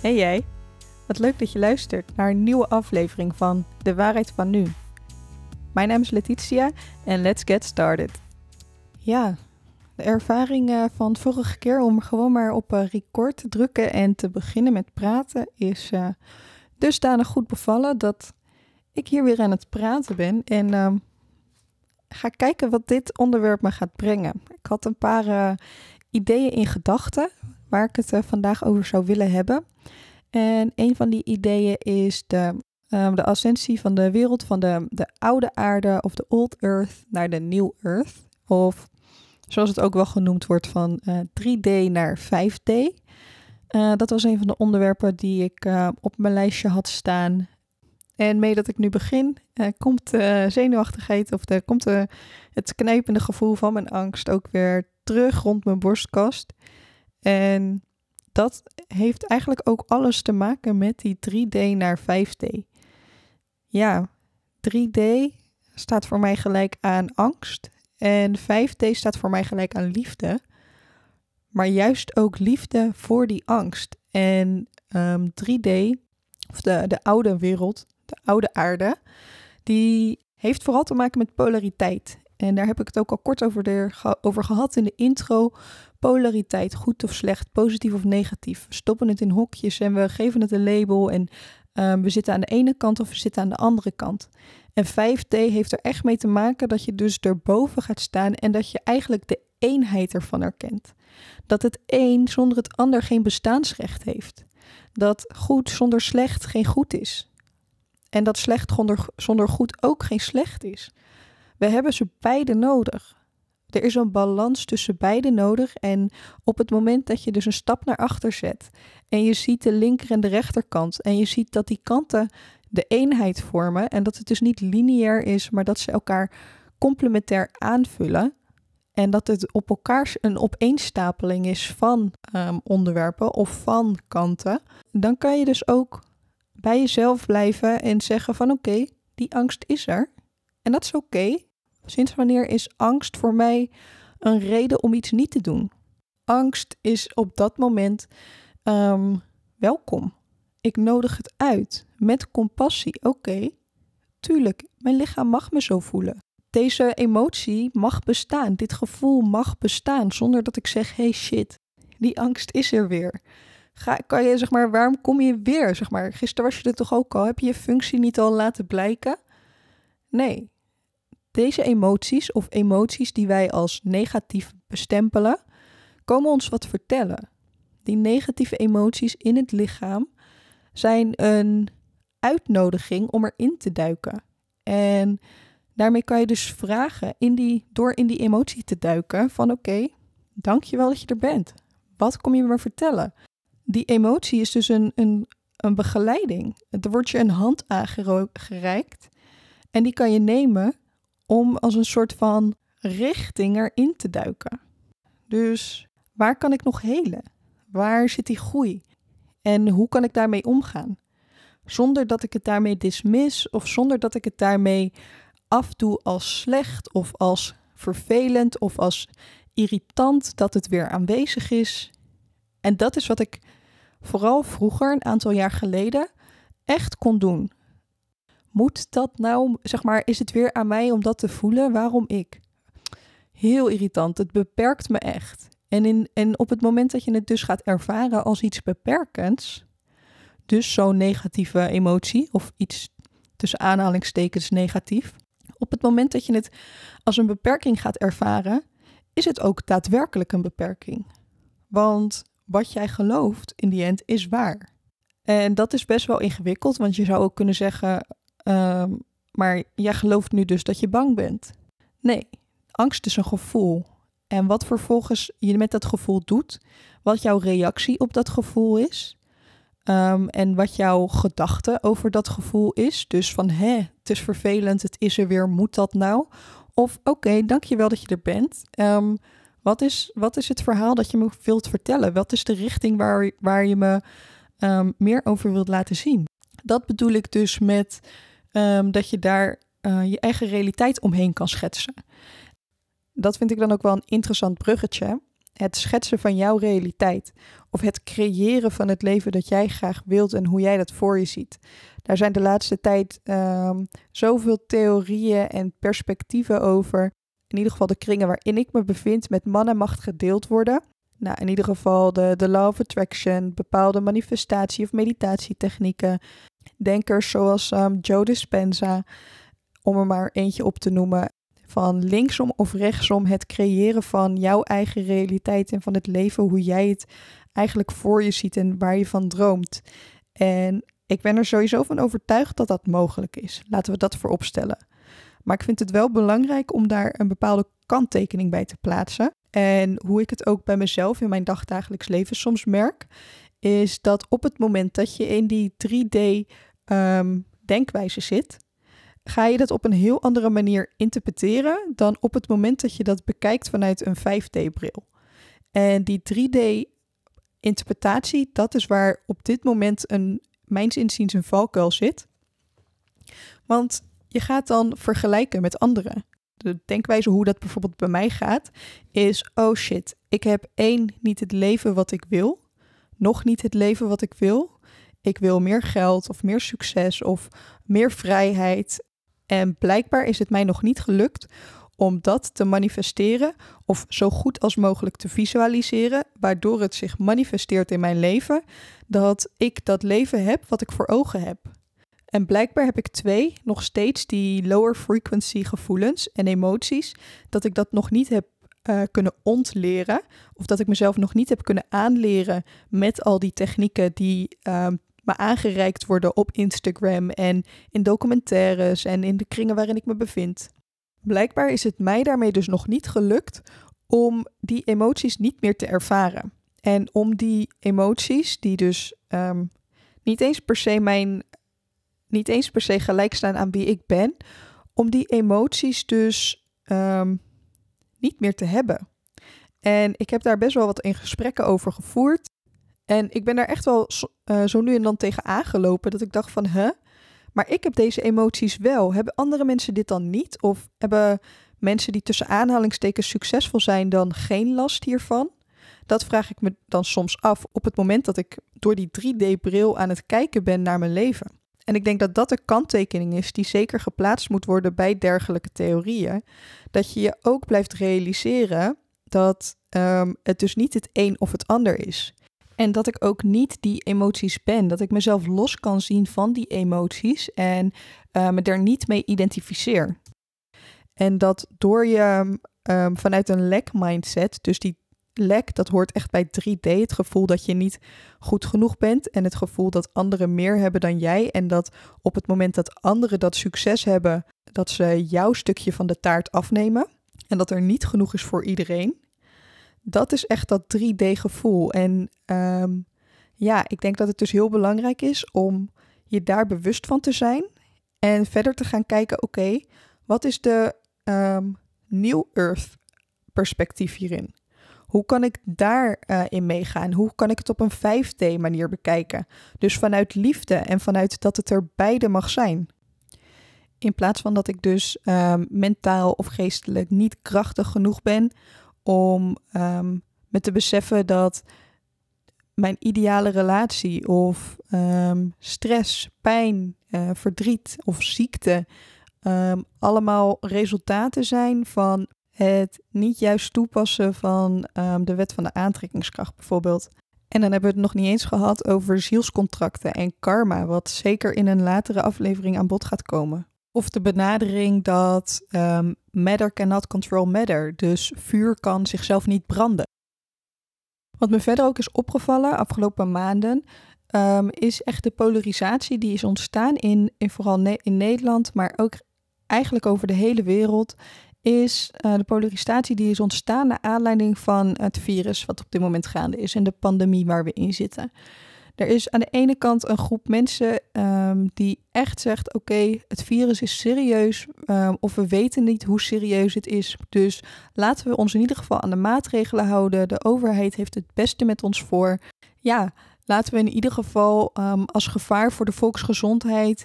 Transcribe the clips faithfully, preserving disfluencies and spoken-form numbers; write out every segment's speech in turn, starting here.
Hey jij, wat leuk dat je luistert naar een nieuwe aflevering van De Waarheid van Nu. Mijn naam is Letitia en let's get started. Ja, de ervaring uh, van vorige keer om gewoon maar op uh, record te drukken en te beginnen met praten is uh, dusdanig goed bevallen dat ik hier weer aan het praten ben en uh, ga kijken wat dit onderwerp me gaat brengen. Ik had een paar uh, ideeën in gedachten waar ik het uh, vandaag over zou willen hebben. En een van die ideeën is de, um, de ascensie van de wereld van de, de oude aarde of de old earth naar de new earth. Of zoals het ook wel genoemd wordt van uh, drie D naar vijf D. Uh, dat was een van de onderwerpen die ik uh, op mijn lijstje had staan. En mee dat ik nu begin, uh, komt de zenuwachtigheid of de, komt de, het knijpende gevoel van mijn angst ook weer terug rond mijn borstkast. En dat heeft eigenlijk ook alles te maken met die drie D naar vijf D. Ja, drie D staat voor mij gelijk aan angst en vijf D staat voor mij gelijk aan liefde. Maar juist ook liefde voor die angst. En um, drie D, of de, de oude wereld, de oude aarde, die heeft vooral te maken met polariteit. En daar heb ik het ook al kort over, de, over gehad in de intro. Polariteit, goed of slecht, positief of negatief. We stoppen het in hokjes en we geven het een label. En um, we zitten aan de ene kant of we zitten aan de andere kant. En vijf D heeft er echt mee te maken dat je dus erboven gaat staan en dat je eigenlijk de eenheid ervan erkent. Dat het een zonder het ander geen bestaansrecht heeft. Dat goed zonder slecht geen goed is. En dat slecht zonder, zonder goed ook geen slecht is. We hebben ze beide nodig. Er is een balans tussen beide nodig en op het moment dat je dus een stap naar achter zet en je ziet de linker en de rechterkant en je ziet dat die kanten de eenheid vormen en dat het dus niet lineair is, maar dat ze elkaar complementair aanvullen en dat het op elkaar een opeenstapeling is van um, onderwerpen of van kanten, dan kan je dus ook bij jezelf blijven en zeggen van oké, okay, die angst is er en dat is oké. Okay. Sinds wanneer is angst voor mij een reden om iets niet te doen? Angst is op dat moment um, welkom. Ik nodig het uit met compassie. Oké, okay, tuurlijk, mijn lichaam mag me zo voelen. Deze emotie mag bestaan. Dit gevoel mag bestaan zonder dat ik zeg, hey shit, die angst is er weer. Ga, kan je, zeg maar, waarom kom je weer? Zeg maar, gisteren was je er toch ook al? Heb je je functie niet al laten blijken? Nee. Deze emoties of emoties die wij als negatief bestempelen, komen ons wat vertellen. Die negatieve emoties in het lichaam zijn een uitnodiging om erin te duiken. En daarmee kan je dus vragen, in die, door in die emotie te duiken, van oké, okay, dankjewel dat je er bent. Wat kom je me vertellen? Die emotie is dus een, een, een begeleiding. Er wordt je een hand aangereikt en die kan je nemen om als een soort van richting erin te duiken. Dus waar kan ik nog helen? Waar zit die groei? En hoe kan ik daarmee omgaan? Zonder dat ik het daarmee dismiss of zonder dat ik het daarmee afdoe als slecht of als vervelend of als irritant dat het weer aanwezig is. En dat is wat ik vooral vroeger, een aantal jaar geleden, echt kon doen. Moet dat nou, zeg maar, is het weer aan mij om dat te voelen? Waarom ik? Heel irritant. Het beperkt me echt. En, in, en op het moment dat je het dus gaat ervaren als iets beperkends, dus zo'n negatieve emotie of iets tussen aanhalingstekens negatief, op het moment dat je het als een beperking gaat ervaren, is het ook daadwerkelijk een beperking. Want wat jij gelooft in die end is waar. En dat is best wel ingewikkeld, want je zou ook kunnen zeggen, Uh, maar jij gelooft nu dus dat je bang bent. Nee, angst is een gevoel. En wat vervolgens je met dat gevoel doet, wat jouw reactie op dat gevoel is, um, en wat jouw gedachte over dat gevoel is. Dus van, hè, het is vervelend, het is er weer, moet dat nou? Of, oké, okay, dankjewel dat je er bent. Um, wat is, wat is het verhaal dat je me wilt vertellen? Wat is de richting waar, waar je me um, meer over wilt laten zien? Dat bedoel ik dus met um, dat je daar uh, je eigen realiteit omheen kan schetsen. Dat vind ik dan ook wel een interessant bruggetje. het schetsen van jouw realiteit. Of het creëren van het leven dat jij graag wilt en hoe jij dat voor je ziet. Daar zijn de laatste tijd um, zoveel theorieën en perspectieven over. In ieder geval de kringen waarin ik me bevind met man en macht gedeeld worden. Nou, in ieder geval de, de Law of Attraction, bepaalde manifestatie- of meditatietechnieken. Denkers zoals um, Joe Dispenza, om er maar eentje op te noemen. Van linksom of rechtsom het creëren van jouw eigen realiteit en van het leven, hoe jij het eigenlijk voor je ziet en waar je van droomt. En ik ben er sowieso van overtuigd dat dat mogelijk is. Laten we dat voorop stellen. Maar ik vind het wel belangrijk om daar een bepaalde kanttekening bij te plaatsen. En hoe ik het ook bij mezelf in mijn dagdagelijks leven soms merk, is dat op het moment dat je in die drie D um, denkwijze zit, ga je dat op een heel andere manier interpreteren dan op het moment dat je dat bekijkt vanuit een vijf D bril. En die drie D interpretatie, dat is waar op dit moment een, mijns inziens een valkuil zit. Want je gaat dan vergelijken met anderen. De denkwijze hoe dat bijvoorbeeld bij mij gaat, is, oh shit, ik heb één, niet het leven wat ik wil. Nog niet het leven wat ik wil. Ik wil meer geld of meer succes of meer vrijheid. En blijkbaar is het mij nog niet gelukt om dat te manifesteren of zo goed als mogelijk te visualiseren, waardoor het zich manifesteert in mijn leven, dat ik dat leven heb wat ik voor ogen heb. En blijkbaar heb ik twee, nog steeds die lower frequency gevoelens en emoties, dat ik dat nog niet heb uh, kunnen ontleren, of dat ik mezelf nog niet heb kunnen aanleren met al die technieken die uh, me aangereikt worden op Instagram en in documentaires en in de kringen waarin ik me bevind. Blijkbaar is het mij daarmee dus nog niet gelukt om die emoties niet meer te ervaren. En om die emoties, die dus um, niet eens per se mijn, niet eens per se gelijk staan aan wie ik ben, om die emoties dus um, niet meer te hebben. En ik heb daar best wel wat in gesprekken over gevoerd. En ik ben daar echt wel uh, zo nu en dan tegen aangelopen dat ik dacht van, huh? Maar ik heb deze emoties wel. Hebben andere mensen dit dan niet? Of hebben mensen die tussen aanhalingstekens succesvol zijn dan geen last hiervan? Dat vraag ik me dan soms af op het moment dat ik door die drie D bril aan het kijken ben naar mijn leven. En ik denk dat dat een kanttekening is die zeker geplaatst moet worden bij dergelijke theorieën. Dat je je ook blijft realiseren dat um, het dus niet het een of het ander is. En dat ik ook niet die emoties ben. Dat ik mezelf los kan zien van die emoties en uh, me daar niet mee identificeer. En dat door je um, vanuit een lack mindset, dus die lack, dat hoort echt bij drie D. Het gevoel dat je niet goed genoeg bent en het gevoel dat anderen meer hebben dan jij. En dat op het moment dat anderen dat succes hebben, dat ze jouw stukje van de taart afnemen. En dat er niet genoeg is voor iedereen. Dat is echt dat drie D gevoel. En um, ja, ik denk dat het dus heel belangrijk is om je daar bewust van te zijn. En verder te gaan kijken, oké, okay, wat is de um, New Earth perspectief hierin? Hoe kan ik daarin uh, meegaan? Hoe kan ik het op een vijf D manier bekijken? Dus vanuit liefde en vanuit dat het er beide mag zijn. In plaats van dat ik dus um, mentaal of geestelijk niet krachtig genoeg ben om um, me te beseffen dat mijn ideale relatie of um, stress, pijn, uh, verdriet of ziekte um, allemaal resultaten zijn van het niet juist toepassen van um, de wet van de aantrekkingskracht bijvoorbeeld. En dan hebben we het nog niet eens gehad over zielscontracten en karma, wat zeker in een latere aflevering aan bod gaat komen. Of de benadering dat um, matter cannot control matter, dus vuur kan zichzelf niet branden. Wat me verder ook is opgevallen afgelopen maanden, um, is echt de polarisatie die is ontstaan in, in vooral ne- in Nederland, maar ook eigenlijk over de hele wereld, is uh, de polarisatie die is ontstaan naar aanleiding van het virus wat op dit moment gaande is en de pandemie waar we in zitten. Er is aan de ene kant een groep mensen um, die echt zegt, oké, okay, het virus is serieus um, of we weten niet hoe serieus het is. Dus laten we ons in ieder geval aan de maatregelen houden. De overheid heeft het beste met ons voor. Ja, laten we in ieder geval um, als gevaar voor de volksgezondheid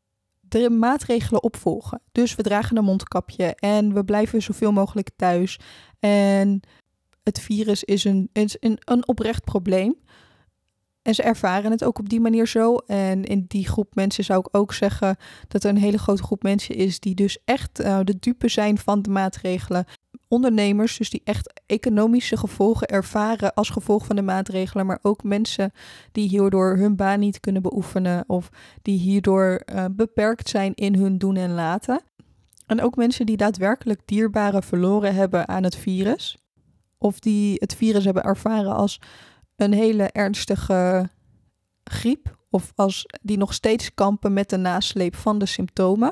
de maatregelen opvolgen. Dus we dragen een mondkapje en we blijven zoveel mogelijk thuis. En het virus is een, is een, een oprecht probleem. En ze ervaren het ook op die manier zo. En in die groep mensen zou ik ook zeggen dat er een hele grote groep mensen is die dus echt uh, de dupe zijn van de maatregelen. Ondernemers, dus die echt economische gevolgen ervaren als gevolg van de maatregelen. Maar ook mensen die hierdoor hun baan niet kunnen beoefenen of die hierdoor uh, beperkt zijn in hun doen en laten. En ook mensen die daadwerkelijk dierbaren verloren hebben aan het virus. Of die het virus hebben ervaren als een hele ernstige griep. Of als die nog steeds kampen met de nasleep van de symptomen.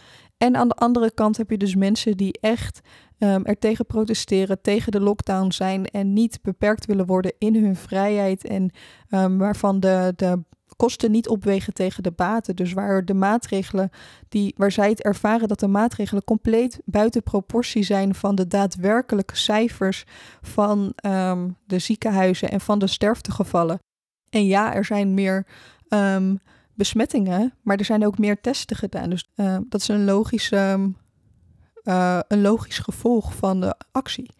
En aan de andere kant heb je dus mensen die echt um, er tegen protesteren, tegen de lockdown zijn en niet beperkt willen worden in hun vrijheid. En um, waarvan de, de kosten niet opwegen tegen de baten. Dus waar de maatregelen, die, waar zij het ervaren dat de maatregelen compleet buiten proportie zijn van de daadwerkelijke cijfers van um, de ziekenhuizen en van de sterftegevallen. En ja, er zijn meer um, besmettingen, maar er zijn ook meer testen gedaan. Dus uh, dat is een, logische, uh, een logisch gevolg van de actie.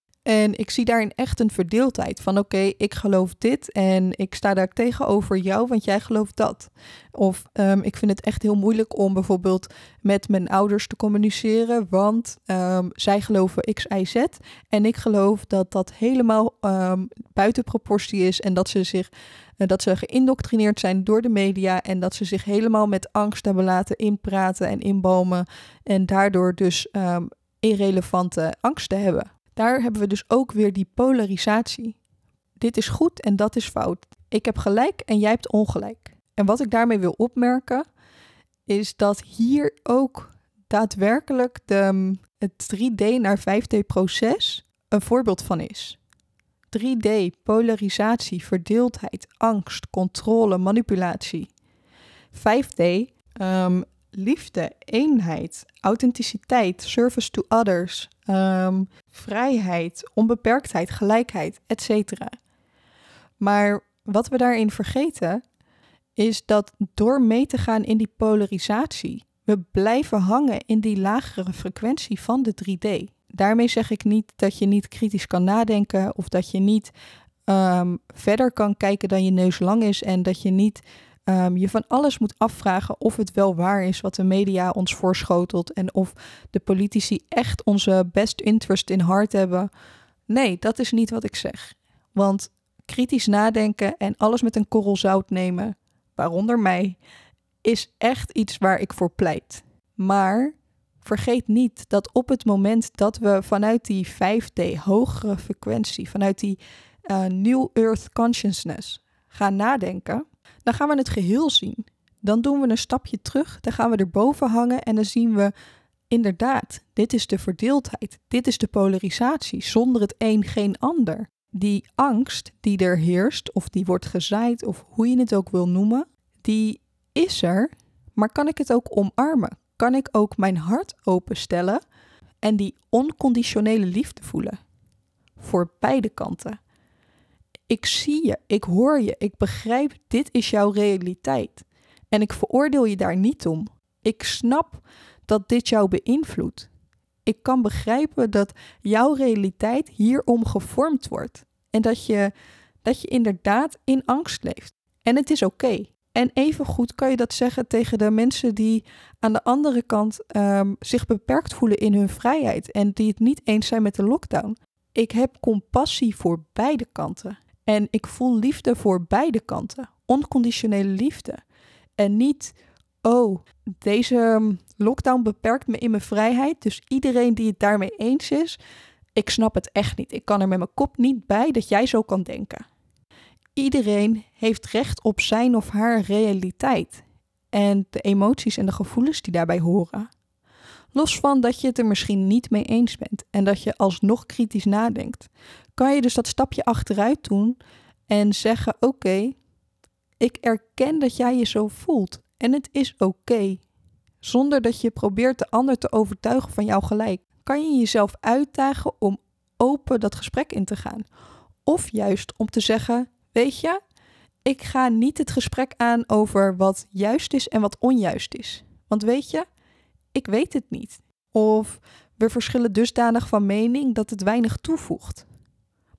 En ik zie daarin echt een verdeeldheid van oké, okay, ik geloof dit en ik sta daar tegenover jou, want jij gelooft dat. Of um, ik vind het echt heel moeilijk om bijvoorbeeld met mijn ouders te communiceren, want um, zij geloven X, Y, Z. En ik geloof dat dat helemaal um, buiten proportie is en dat ze zich uh, dat ze geïndoctrineerd zijn door de media en dat ze zich helemaal met angst hebben laten inpraten en inbalmen en daardoor dus um, irrelevante angsten hebben. Daar hebben we dus ook weer die polarisatie. Dit is goed en dat is fout. Ik heb gelijk en jij hebt ongelijk. En wat ik daarmee wil opmerken, is dat hier ook daadwerkelijk de, het drie D naar vijf D proces een voorbeeld van is. drie D, polarisatie, verdeeldheid, angst, controle, manipulatie. vijf D, um, liefde, eenheid, authenticiteit, service to others, um, vrijheid, onbeperktheid, gelijkheid, et cetera. Maar wat we daarin vergeten is dat door mee te gaan in die polarisatie, we blijven hangen in die lagere frequentie van de drie D. Daarmee zeg ik niet dat je niet kritisch kan nadenken of dat je niet um, verder kan kijken dan je neus lang is en dat je niet Um, je van alles moet afvragen of het wel waar is wat de media ons voorschotelt en of de politici echt onze best interest in heart hebben. Nee, dat is niet wat ik zeg. Want kritisch nadenken en alles met een korrel zout nemen, waaronder mij, is echt iets waar ik voor pleit. Maar vergeet niet dat op het moment dat we vanuit die vijf D hogere frequentie, vanuit die uh, New Earth Consciousness gaan nadenken, dan gaan we het geheel zien. Dan doen we een stapje terug, dan gaan we erboven hangen en dan zien we inderdaad, dit is de verdeeldheid, dit is de polarisatie, zonder het een geen ander. Die angst die er heerst, of die wordt gezaaid, of hoe je het ook wil noemen, die is er, maar kan ik het ook omarmen? Kan ik ook mijn hart openstellen en die onconditionele liefde voelen? Voor beide kanten. Ik zie je, ik hoor je, ik begrijp, dit is jouw realiteit. En ik veroordeel je daar niet om. Ik snap dat dit jou beïnvloedt. Ik kan begrijpen dat jouw realiteit hierom gevormd wordt. En dat je, dat je inderdaad in angst leeft. En het is oké. Okay. En evengoed kan je dat zeggen tegen de mensen die aan de andere kant um, zich beperkt voelen in hun vrijheid. En die het niet eens zijn met de lockdown. Ik heb compassie voor beide kanten. En ik voel liefde voor beide kanten. Onconditionele liefde. En niet, oh, deze lockdown beperkt me in mijn vrijheid. Dus iedereen die het daarmee eens is, ik snap het echt niet. Ik kan er met mijn kop niet bij dat jij zo kan denken. Iedereen heeft recht op zijn of haar realiteit. En de emoties en de gevoelens die daarbij horen. Los van dat je het er misschien niet mee eens bent en dat je alsnog kritisch nadenkt, kan je dus dat stapje achteruit doen en zeggen, oké, okay, ik erken dat jij je zo voelt en het is oké. Okay. Zonder dat je probeert de ander te overtuigen van jouw gelijk, kan je jezelf uitdagen om open dat gesprek in te gaan. Of juist om te zeggen, weet je, ik ga niet het gesprek aan over wat juist is en wat onjuist is. Want weet je, ik weet het niet. Of we verschillen dusdanig van mening dat het weinig toevoegt.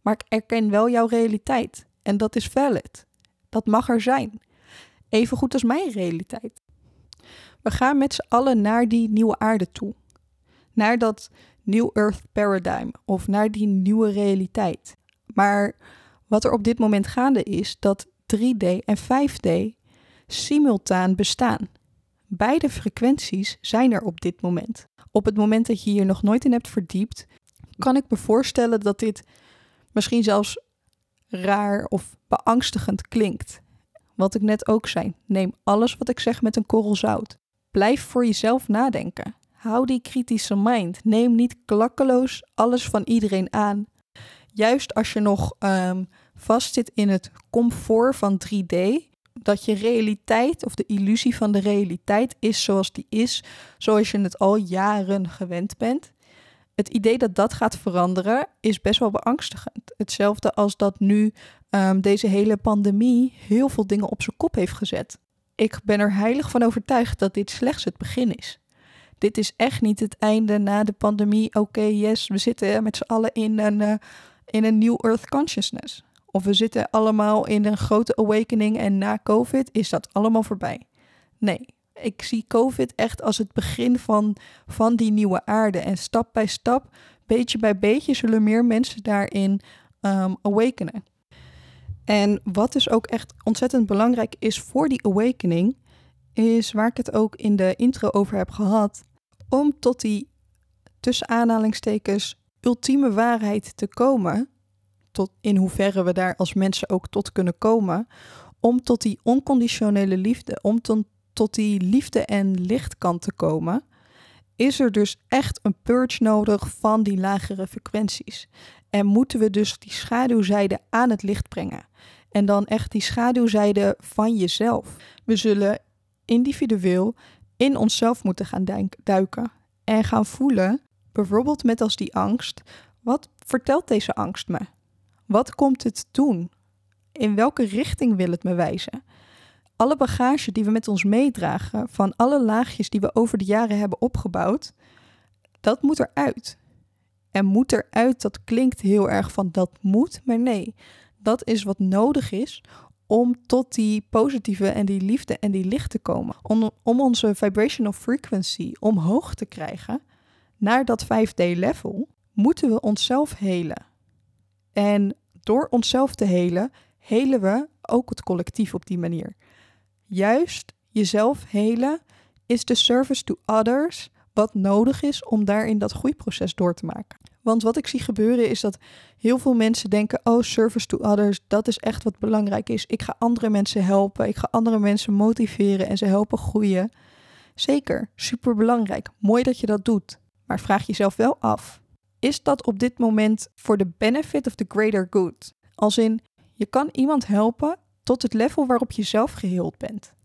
Maar ik erken wel jouw realiteit. En dat is valid. Dat mag er zijn. Even goed als mijn realiteit. We gaan met z'n allen naar die nieuwe aarde toe. Naar dat New Earth Paradigm. Of naar die nieuwe realiteit. Maar wat er op dit moment gaande is, dat drie D en vijf D simultaan bestaan. Beide frequenties zijn er op dit moment. Op het moment dat je hier nog nooit in hebt verdiept, kan ik me voorstellen dat dit misschien zelfs raar of beangstigend klinkt. Wat ik net ook zei, neem alles wat ik zeg met een korrel zout. Blijf voor jezelf nadenken. Hou die kritische mind. Neem niet klakkeloos alles van iedereen aan. Juist als je nog um, vastzit in het comfort van drie D, dat je realiteit of de illusie van de realiteit is zoals die is, zoals je het al jaren gewend bent. Het idee dat dat gaat veranderen is best wel beangstigend. Hetzelfde als dat nu um, deze hele pandemie heel veel dingen op zijn kop heeft gezet. Ik ben er heilig van overtuigd dat dit slechts het begin is. Dit is echt niet het einde na de pandemie. Oké, okay, yes, we zitten met z'n allen in een, uh, in een New Earth Consciousness. Of we zitten allemaal in een grote awakening en na COVID is dat allemaal voorbij. Nee, ik zie COVID echt als het begin van, van die nieuwe aarde. En stap bij stap, beetje bij beetje, zullen meer mensen daarin um, awakenen. En wat dus ook echt ontzettend belangrijk is voor die awakening, is waar ik het ook in de intro over heb gehad, om tot die tussen aanhalingstekens ultieme waarheid te komen, tot in hoeverre we daar als mensen ook tot kunnen komen, om tot die onconditionele liefde, om tot, tot die liefde en lichtkant te komen, is er dus echt een purge nodig van die lagere frequenties. En moeten we dus die schaduwzijde aan het licht brengen. En dan echt die schaduwzijde van jezelf. We zullen individueel in onszelf moeten gaan duiken en gaan voelen, bijvoorbeeld met als die angst, wat vertelt deze angst me? Wat komt het doen? In welke richting wil het me wijzen? Alle bagage die we met ons meedragen, van alle laagjes die we over de jaren hebben opgebouwd, dat moet eruit. En moet eruit, dat klinkt heel erg van dat moet, maar nee, dat is wat nodig is om tot die positieve en die liefde en die licht te komen. Om, om onze vibrational frequency omhoog te krijgen naar dat vijf D level, moeten we onszelf helen. En door onszelf te helen, helen we ook het collectief op die manier. Juist jezelf helen is de service to others wat nodig is om daarin dat groeiproces door te maken. Want wat ik zie gebeuren is dat heel veel mensen denken, oh, service to others, dat is echt wat belangrijk is. Ik ga andere mensen helpen, ik ga andere mensen motiveren en ze helpen groeien. Zeker, superbelangrijk. Mooi dat je dat doet. Maar vraag jezelf wel af, is dat op dit moment voor de benefit of the greater good? Als in, je kan iemand helpen tot het level waarop je zelf geheeld bent.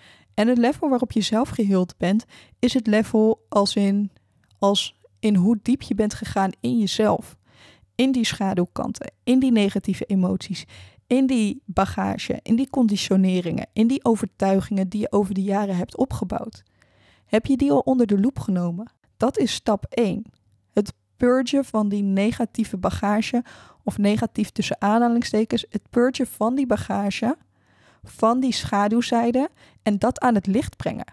En het level waarop je zelf geheeld bent, is het level als in, als in hoe diep je bent gegaan in jezelf. In die schaduwkanten, in die negatieve emoties, in die bagage, in die conditioneringen, in die overtuigingen die je over de jaren hebt opgebouwd. Heb je die al onder de loep genomen? Dat is stap één. Het purgen van die negatieve bagage, of negatief tussen aanhalingstekens, het purgen van die bagage, van die schaduwzijde en dat aan het licht brengen.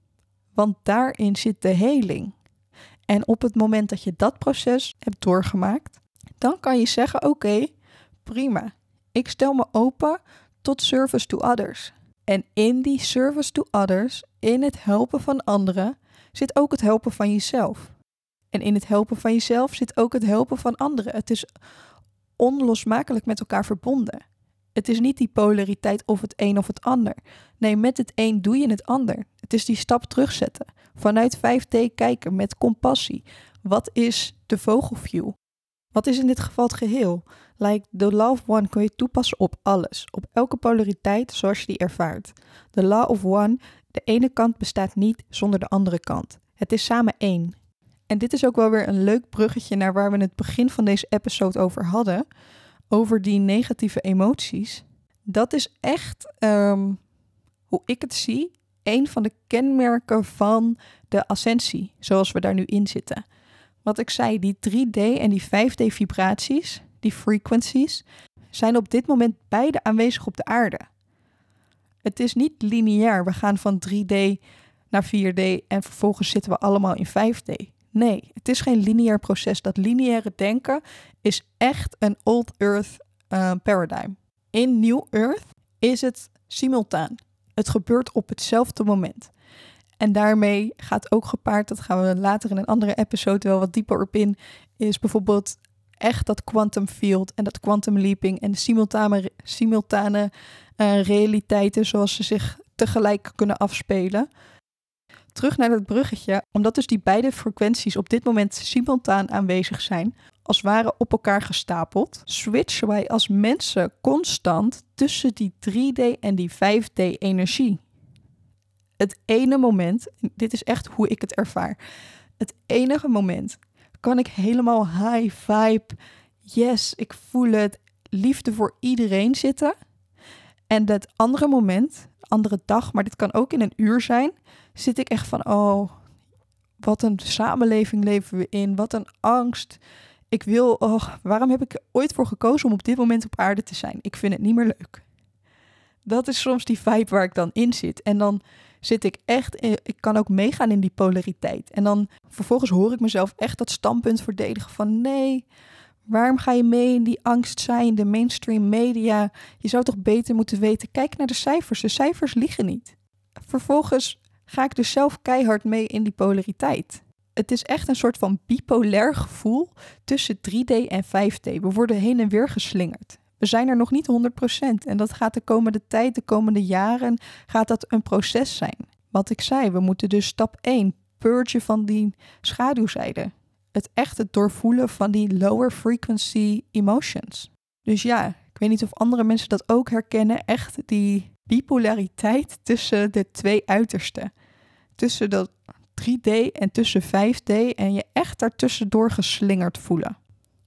Want daarin zit de heling. En op het moment dat je dat proces hebt doorgemaakt, dan kan je zeggen, oké, okay, prima. Ik stel me open tot service to others. En in die service to others, in het helpen van anderen, zit ook het helpen van jezelf. En in het helpen van jezelf zit ook het helpen van anderen. Het is onlosmakelijk met elkaar verbonden. Het is niet die polariteit of het een of het ander. Nee, met het een doe je het ander. Het is die stap terugzetten. Vanuit vijf D kijken met compassie. Wat is de vogelview? Wat is in dit geval het geheel? Like the law of one kun je toepassen op alles. Op elke polariteit zoals je die ervaart. De law of one, de ene kant bestaat niet zonder de andere kant. Het is samen één. En dit is ook wel weer een leuk bruggetje naar waar we het begin van deze episode over hadden. Over die negatieve emoties. Dat is echt, um, hoe ik het zie, een van de kenmerken van de ascensie, zoals we daar nu in zitten. Wat ik zei, die drie D en die vijf D vibraties, die frequencies, zijn op dit moment beide aanwezig op de aarde. Het is niet lineair. We gaan van drie D naar vier D en vervolgens zitten we allemaal in vijf D. Nee, het is geen lineair proces. Dat lineaire denken is echt een old earth uh, paradigm. In New Earth is het simultaan. Het gebeurt op hetzelfde moment. En daarmee gaat ook gepaard, dat gaan we later in een andere episode wel wat dieper op in, is bijvoorbeeld echt dat quantum field en dat quantum leaping en de simultane, simultane uh, realiteiten zoals ze zich tegelijk kunnen afspelen. Terug naar dat bruggetje, omdat dus die beide frequenties op dit moment simultaan aanwezig zijn, als het ware op elkaar gestapeld, switchen wij als mensen constant tussen die drie D en die vijf D energie. Het ene moment, dit is echt hoe ik het ervaar, het enige moment kan ik helemaal high vibe, yes, ik voel het, liefde voor iedereen zitten. En dat andere moment, andere dag, maar dit kan ook in een uur zijn, zit ik echt van, oh, wat een samenleving leven we in, wat een angst. Ik wil, oh, waarom heb ik er ooit voor gekozen om op dit moment op aarde te zijn? Ik vind het niet meer leuk. Dat is soms die vibe waar ik dan in zit. En dan zit ik echt, ik kan ook meegaan in die polariteit. En dan vervolgens hoor ik mezelf echt dat standpunt verdedigen van nee, waarom ga je mee in die angst zijn, de mainstream media? Je zou toch beter moeten weten, kijk naar de cijfers, de cijfers liegen niet. Vervolgens ga ik dus zelf keihard mee in die polariteit. Het is echt een soort van bipolair gevoel tussen drie D en vijf D. We worden heen en weer geslingerd. We zijn er nog niet honderd procent en dat gaat de komende tijd, de komende jaren, gaat dat een proces zijn. Wat ik zei, we moeten dus stap één, purgen van die schaduwzijde. Het echt het doorvoelen van die lower frequency emotions. Dus ja, ik weet niet of andere mensen dat ook herkennen, echt die bipolariteit tussen de twee uitersten. Tussen dat drie D en tussen vijf D en je echt daartussendoor geslingerd voelen.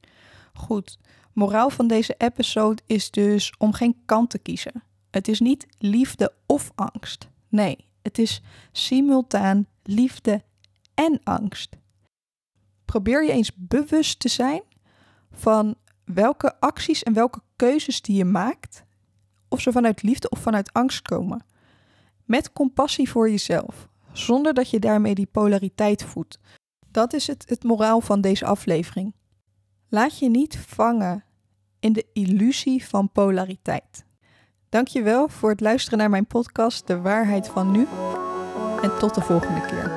Goed, moraal van deze episode is dus om geen kant te kiezen. Het is niet liefde of angst. Nee, het is simultaan liefde en angst. Probeer je eens bewust te zijn van welke acties en welke keuzes die je maakt, of ze vanuit liefde of vanuit angst komen. Met compassie voor jezelf, zonder dat je daarmee die polariteit voedt. Dat is het, het moraal van deze aflevering. Laat je niet vangen in de illusie van polariteit. Dankjewel voor het luisteren naar mijn podcast De Waarheid van Nu en tot de volgende keer.